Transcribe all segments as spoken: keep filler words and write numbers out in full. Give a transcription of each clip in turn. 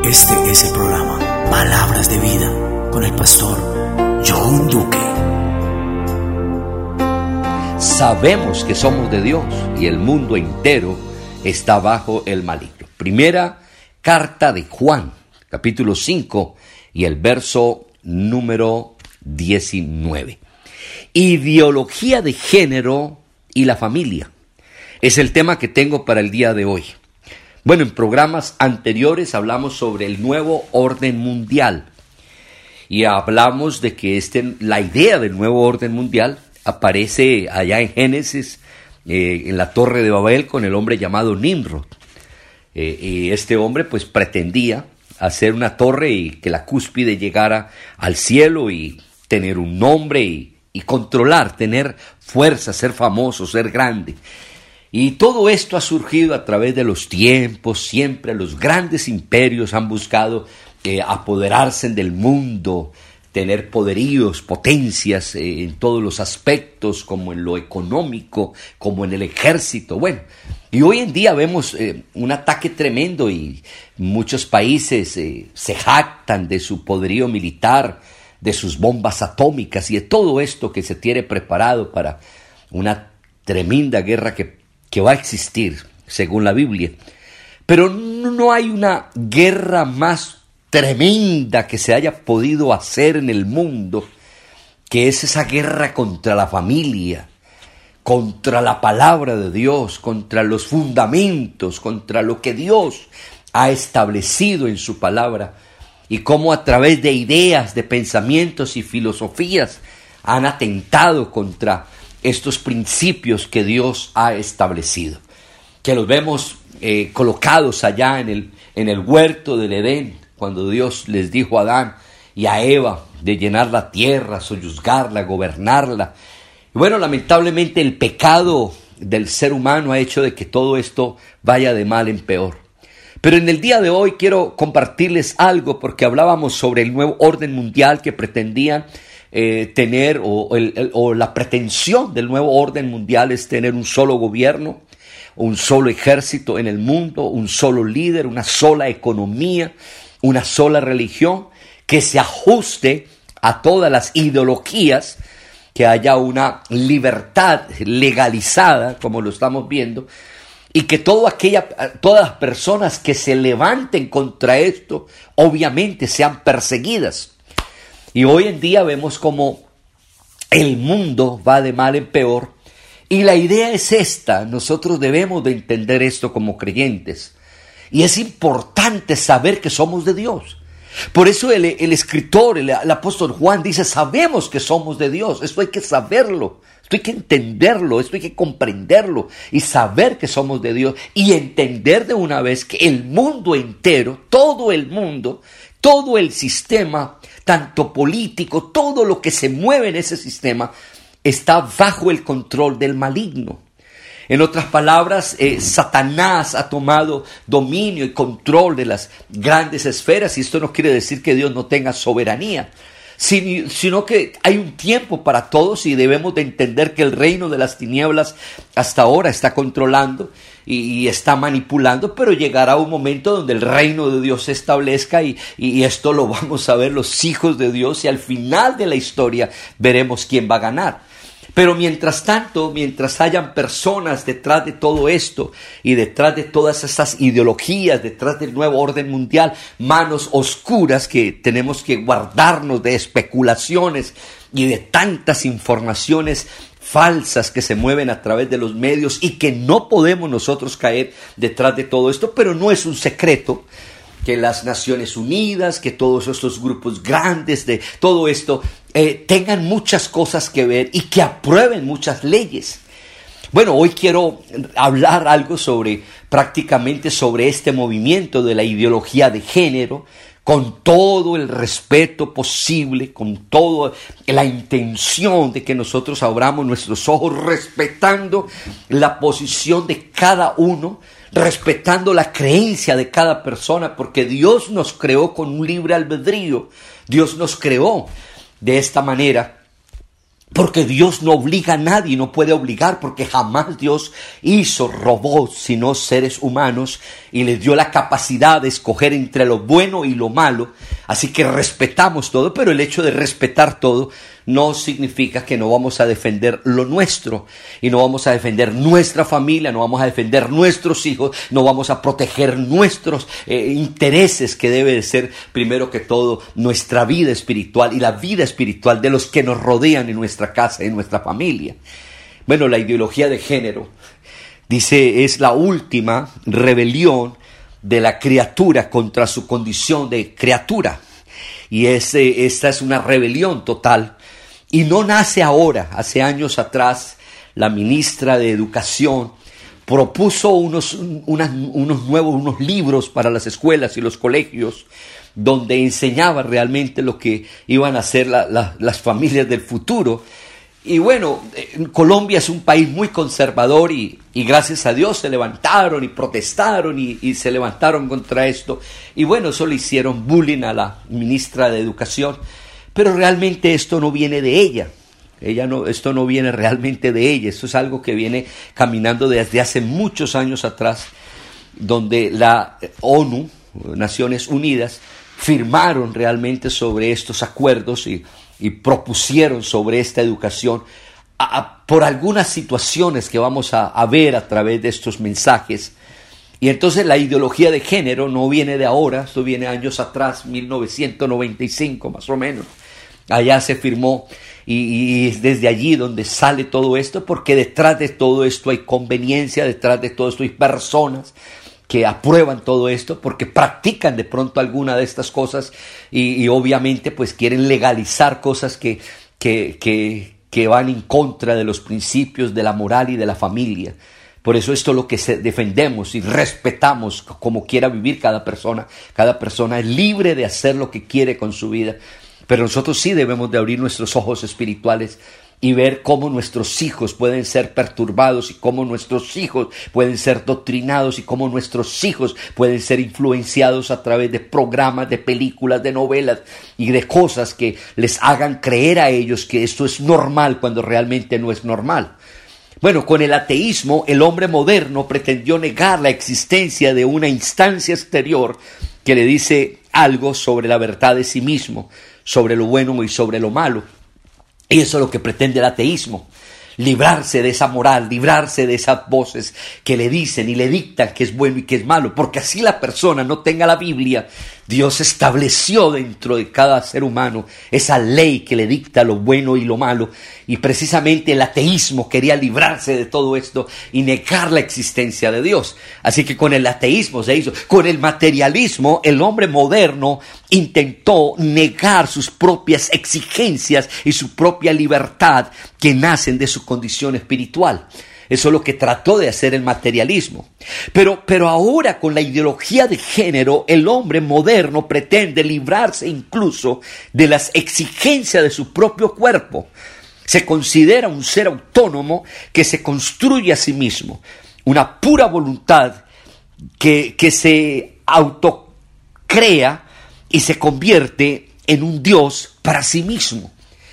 Este es el programa Palabras de Vida con el pastor John Duque. Sabemos que somos de Dios y el mundo entero está bajo el maligno. Primera carta de Juan, capítulo cinco y el verso número diecinueve. Ideología de género y la familia es el tema que tengo para el día de hoy. Bueno, en programas anteriores hablamos sobre el nuevo orden mundial y hablamos de que este, la idea del nuevo orden mundial aparece allá en Génesis, eh, en la Torre de Babel, con el hombre llamado Nimrod. Eh, y este hombre pues pretendía hacer una torre y que la cúspide llegara al cielo y tener un nombre y, y controlar, tener fuerza, ser famoso, ser grande. Y todo esto ha surgido a través de los tiempos. Siempre los grandes imperios han buscado eh, apoderarse del mundo, tener poderíos, potencias eh, en todos los aspectos, como en lo económico, como en el ejército. Bueno, y hoy en día vemos eh, un ataque tremendo y muchos países eh, se jactan de su poderío militar, de sus bombas atómicas y de todo esto que se tiene preparado para una tremenda guerra que que va a existir, según la Biblia. Pero no hay una guerra más tremenda que se haya podido hacer en el mundo, que es esa guerra contra la familia, contra la palabra de Dios, contra los fundamentos, contra lo que Dios ha establecido en su palabra, y cómo a través de ideas, de pensamientos y filosofías han atentado contra estos principios que Dios ha establecido, que los vemos eh, colocados allá en el, en el huerto del Edén, cuando Dios les dijo a Adán y a Eva de llenar la tierra, soyuzgarla, gobernarla. Y bueno, lamentablemente el pecado del ser humano ha hecho de que todo esto vaya de mal en peor. Pero en el día de hoy quiero compartirles algo, porque hablábamos sobre el nuevo orden mundial que pretendían Eh, tener o, el, el, o la pretensión del nuevo orden mundial es tener un solo gobierno, un solo ejército en el mundo, un solo líder, una sola economía, una sola religión que se ajuste a todas las ideologías, que haya una libertad legalizada, como lo estamos viendo, y que todo aquella, todas las personas que se levanten contra esto obviamente sean perseguidas. Y hoy en día vemos como el mundo va de mal en peor. Y la idea es esta. Nosotros debemos de entender esto como creyentes. Y es importante saber que somos de Dios. Por eso el, el escritor, el, el apóstol Juan dice, sabemos que somos de Dios. Esto hay que saberlo. Esto hay que entenderlo. Esto hay que comprenderlo. Y saber que somos de Dios. Y entender de una vez que el mundo entero, todo el mundo, todo el sistema, tanto político, todo lo que se mueve en ese sistema, está bajo el control del maligno. En otras palabras, eh, Satanás ha tomado dominio y control de las grandes esferas, y esto no quiere decir que Dios no tenga soberanía, sino que hay un tiempo para todos y debemos de entender que el reino de las tinieblas hasta ahora está controlando y está manipulando, pero llegará un momento donde el reino de Dios se establezca y, y esto lo vamos a ver los hijos de Dios, y al final de la historia veremos quién va a ganar. Pero mientras tanto, mientras hayan personas detrás de todo esto y detrás de todas esas ideologías, detrás del nuevo orden mundial, manos oscuras que tenemos que guardarnos de especulaciones y de tantas informaciones falsas que se mueven a través de los medios y que no podemos nosotros caer detrás de todo esto. Pero no es un secreto que las Naciones Unidas, que todos estos grupos grandes de todo esto eh, tengan muchas cosas que ver y que aprueben muchas leyes. Bueno, hoy quiero hablar algo sobre, prácticamente sobre este movimiento de la ideología de género, con todo el respeto posible, con toda la intención de que nosotros abramos nuestros ojos respetando la posición de cada uno, respetando la creencia de cada persona, porque Dios nos creó con un libre albedrío. Dios nos creó de esta manera Porque Dios no obliga a nadie, no puede obligar, porque jamás Dios hizo robots, sino seres humanos, y les dio la capacidad de escoger entre lo bueno y lo malo. Así que respetamos todo, pero el hecho de respetar todo no significa que no vamos a defender lo nuestro, y no vamos a defender nuestra familia, no vamos a defender nuestros hijos, no vamos a proteger nuestros eh, intereses, que debe de ser primero que todo nuestra vida espiritual y la vida espiritual de los que nos rodean en nuestra casa, en nuestra familia. Bueno, la ideología de género, dice, es la última rebelión de la criatura contra su condición de criatura, y ese, esta es una rebelión total. Y no nace ahora. Hace años atrás, la ministra de Educación propuso unos, unas, unos nuevos unos libros para las escuelas y los colegios, donde enseñaba realmente lo que iban a ser la, la, las familias del futuro. Y bueno, Colombia es un país muy conservador, y, y gracias a Dios se levantaron y protestaron y, y se levantaron contra esto. Y bueno, eso le hicieron bullying a la ministra de Educación. Pero realmente esto no viene de ella. Ella no, esto no viene realmente de ella. Esto es algo que viene caminando desde hace muchos años atrás, donde la ONU, Naciones Unidas, firmaron realmente sobre estos acuerdos y, y propusieron sobre esta educación a, a, por algunas situaciones que vamos a, a ver a través de estos mensajes. Y entonces la ideología de género no viene de ahora, esto viene años atrás, mil novecientos noventa y cinco más o menos. Allá se firmó, y, y es desde allí donde sale todo esto, porque detrás de todo esto hay conveniencia, detrás de todo esto hay personas que aprueban todo esto, porque practican de pronto alguna de estas cosas, y, y obviamente pues quieren legalizar cosas que, que, que, que van en contra de los principios de la moral y de la familia. Por eso esto es lo que defendemos y respetamos, como quiera vivir cada persona. Cada persona es libre de hacer lo que quiere con su vida. Pero nosotros sí debemos de abrir nuestros ojos espirituales y ver cómo nuestros hijos pueden ser perturbados, y cómo nuestros hijos pueden ser doctrinados, y cómo nuestros hijos pueden ser influenciados a través de programas, de películas, de novelas y de cosas que les hagan creer a ellos que esto es normal cuando realmente no es normal. Bueno, con el ateísmo, el hombre moderno pretendió negar la existencia de una instancia exterior que le dice algo sobre la verdad de sí mismo, sobre lo bueno y sobre lo malo. Y eso es lo que pretende el ateísmo. Librarse de esa moral, librarse de esas voces que le dicen y le dictan que es bueno y que es malo, porque así la persona no tenga la Biblia. Dios estableció dentro de cada ser humano esa ley que le dicta lo bueno y lo malo, y precisamente el ateísmo quería librarse de todo esto y negar la existencia de Dios. Así que con el ateísmo se hizo, con el materialismo, el hombre moderno intentó negar sus propias exigencias y su propia libertad que nacen de su condición espiritual. Eso es lo que trató de hacer el materialismo. Pero, pero ahora, con la ideología de género, el hombre moderno pretende librarse incluso de las exigencias de su propio cuerpo. Se considera un ser autónomo que se construye a sí mismo, una pura voluntad que, que se autocrea y se convierte en un Dios para sí mismo.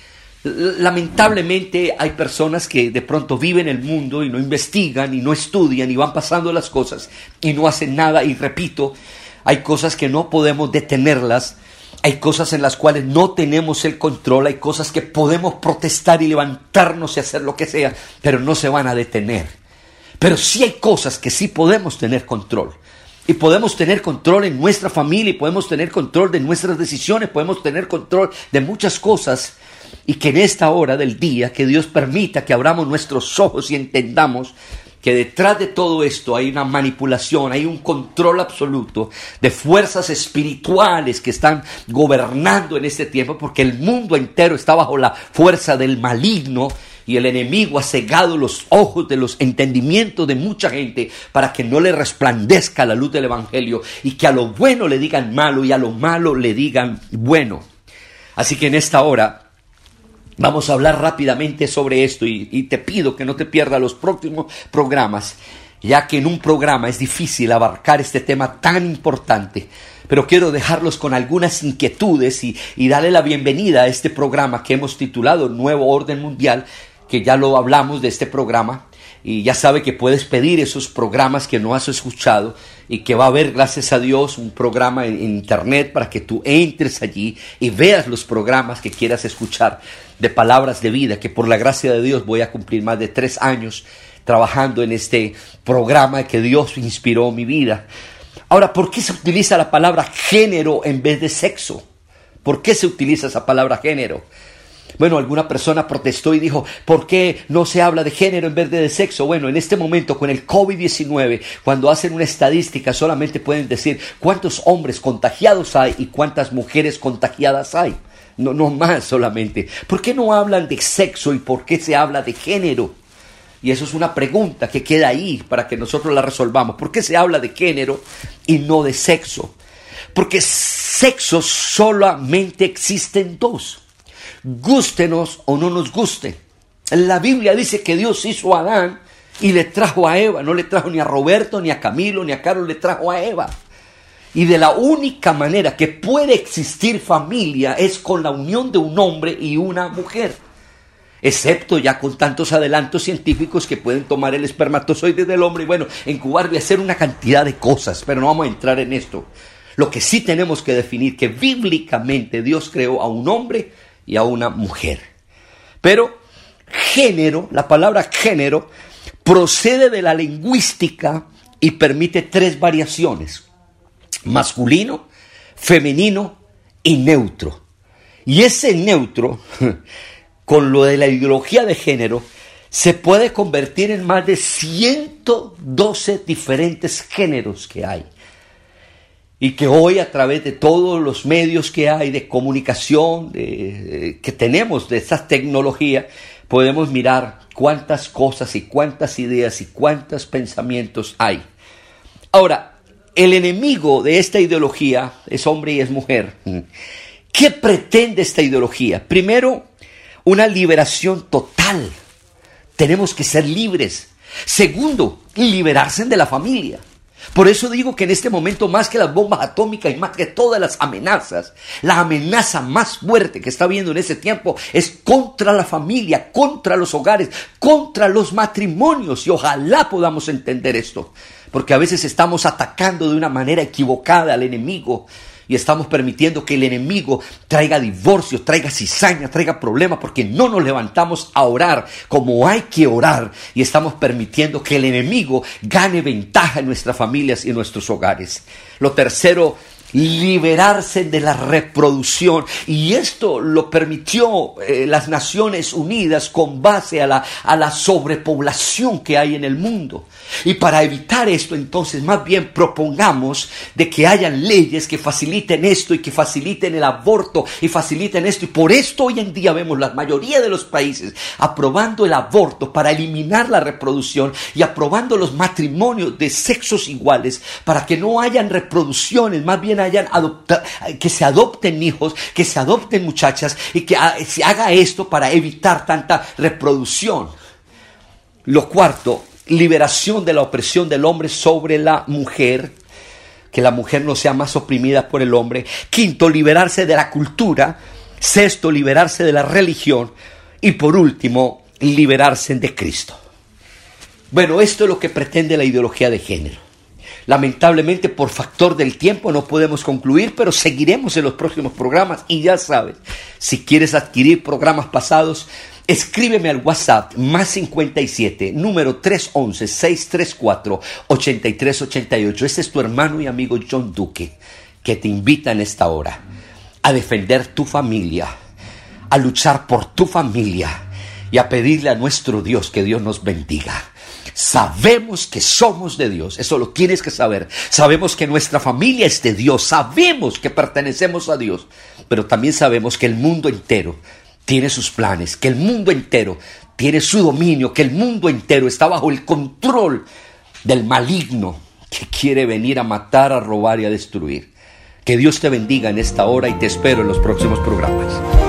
Lamentablemente hay personas que de pronto viven el mundo y no investigan y no estudian y van pasando las cosas y no hacen nada. Y repito, hay cosas que no podemos detenerlas, hay cosas en las cuales no tenemos el control, hay cosas que podemos protestar y levantarnos y hacer lo que sea, pero no se van a detener. Pero sí hay cosas que sí podemos tener control. Y podemos tener control en nuestra familia, y podemos tener control de nuestras decisiones, podemos tener control de muchas cosas. Y que en esta hora del día, que Dios permita que abramos nuestros ojos y entendamos que detrás de todo esto hay una manipulación, hay un control absoluto de fuerzas espirituales que están gobernando en este tiempo, porque el mundo entero está bajo la fuerza del maligno. Y el enemigo ha cegado los ojos de los entendimientos de mucha gente para que no le resplandezca la luz del evangelio, y que a lo bueno le digan malo y a lo malo le digan bueno. Así que en esta hora vamos a hablar rápidamente sobre esto, y, y te pido que no te pierdas los próximos programas, ya que en un programa es difícil abarcar este tema tan importante. pero quiero dejarlos con algunas inquietudes y, y darle la bienvenida a este programa que hemos titulado Nuevo Orden Mundial, que ya lo hablamos de este programa. Y ya sabe que puedes pedir esos programas que no has escuchado y que va a haber, gracias a Dios, un programa en, en internet para que tú entres allí y veas los programas que quieras escuchar de Palabras de Vida, que por la gracia de Dios voy a cumplir más de tres años trabajando en este programa que Dios inspiró mi vida. Ahora, ¿por qué se utiliza la palabra género en vez de sexo? ¿Por qué se utiliza esa palabra género? Bueno, alguna persona protestó y dijo, ¿por qué no se habla de género en vez de, de sexo? Bueno, en este momento con el COVID diecinueve, cuando hacen una estadística, solamente pueden decir cuántos hombres contagiados hay y cuántas mujeres contagiadas hay. No, no más solamente. ¿Por qué no hablan de sexo y por qué se habla de género? Y eso es una pregunta que queda ahí para que nosotros la resolvamos. ¿Por qué se habla de género y no de sexo? Porque sexo solamente existen dos. Gústenos o no nos guste. La Biblia dice que Dios hizo a Adán y le trajo a Eva. No le trajo ni a Roberto, ni a Camilo, ni a Carlos, le trajo a Eva. Y de la única manera que puede existir familia es con la unión de un hombre y una mujer. Excepto ya con tantos adelantos científicos que pueden tomar el espermatozoide del hombre y bueno, incubar y hacer una cantidad de cosas, pero no vamos a entrar en esto. Lo que sí tenemos que definir que bíblicamente Dios creó a un hombre y a una mujer. Pero género, la palabra género, procede de la lingüística y permite tres variaciones: masculino, femenino y neutro. Y ese neutro, con lo de la ideología de género, se puede convertir en más de ciento doce diferentes géneros que hay. Y que hoy a través de todos los medios que hay de comunicación de, de, que tenemos de esta tecnología, podemos mirar cuántas cosas y cuántas ideas y cuántos pensamientos hay. Ahora, el enemigo de esta ideología es hombre y es mujer. ¿Qué pretende esta ideología? Primero, una liberación total. Tenemos que ser libres. Segundo, liberarse de la familia. Por eso digo que en este momento, más que las bombas atómicas y más que todas las amenazas, la amenaza más fuerte que está habiendo en ese tiempo es contra la familia, contra los hogares, contra los matrimonios. Y ojalá podamos entender esto, porque a veces estamos atacando de una manera equivocada al enemigo y estamos permitiendo que el enemigo traiga divorcios, traiga cizaña, traiga problemas, porque no nos levantamos a orar como hay que orar y estamos permitiendo que el enemigo gane ventaja en nuestras familias y en nuestros hogares. Lo tercero, liberarse de la reproducción, y esto lo permitió eh, las Naciones Unidas con base a la, a la sobrepoblación que hay en el mundo. Y para evitar esto, entonces, más bien propongamos de que hayan leyes que faciliten esto y que faciliten el aborto y faciliten esto. Y por esto hoy en día vemos la mayoría de los países aprobando el aborto para eliminar la reproducción y aprobando los matrimonios de sexos iguales para que no hayan reproducciones, más bien hayan adopta, que se adopten hijos, que se adopten muchachas y que se haga esto para evitar tanta reproducción. Lo cuarto, liberación de la opresión del hombre sobre la mujer, que la mujer no sea más oprimida por el hombre. Quinto, liberarse de la cultura. Sexto, liberarse de la religión. Y por último, liberarse de Cristo. Bueno, esto es lo que pretende la ideología de género. Lamentablemente, por factor del tiempo no podemos concluir, pero seguiremos en los próximos programas. Y ya sabes, si quieres adquirir programas pasados, escríbeme al WhatsApp más cincuenta y siete, número tres once, seiscientos treinta y cuatro, ochenta y tres ochenta y ocho. Este es tu hermano y amigo John Duque, que te invita en esta hora a defender tu familia, a luchar por tu familia y a pedirle a nuestro Dios que Dios nos bendiga. Sabemos que somos de Dios, eso lo tienes que saber. Sabemos que nuestra familia es de Dios, sabemos que pertenecemos a Dios, pero también sabemos que el mundo entero tiene sus planes, que el mundo entero tiene su dominio, que el mundo entero está bajo el control del maligno que quiere venir a matar, a robar y a destruir. Que Dios te bendiga en esta hora y te espero en los próximos programas.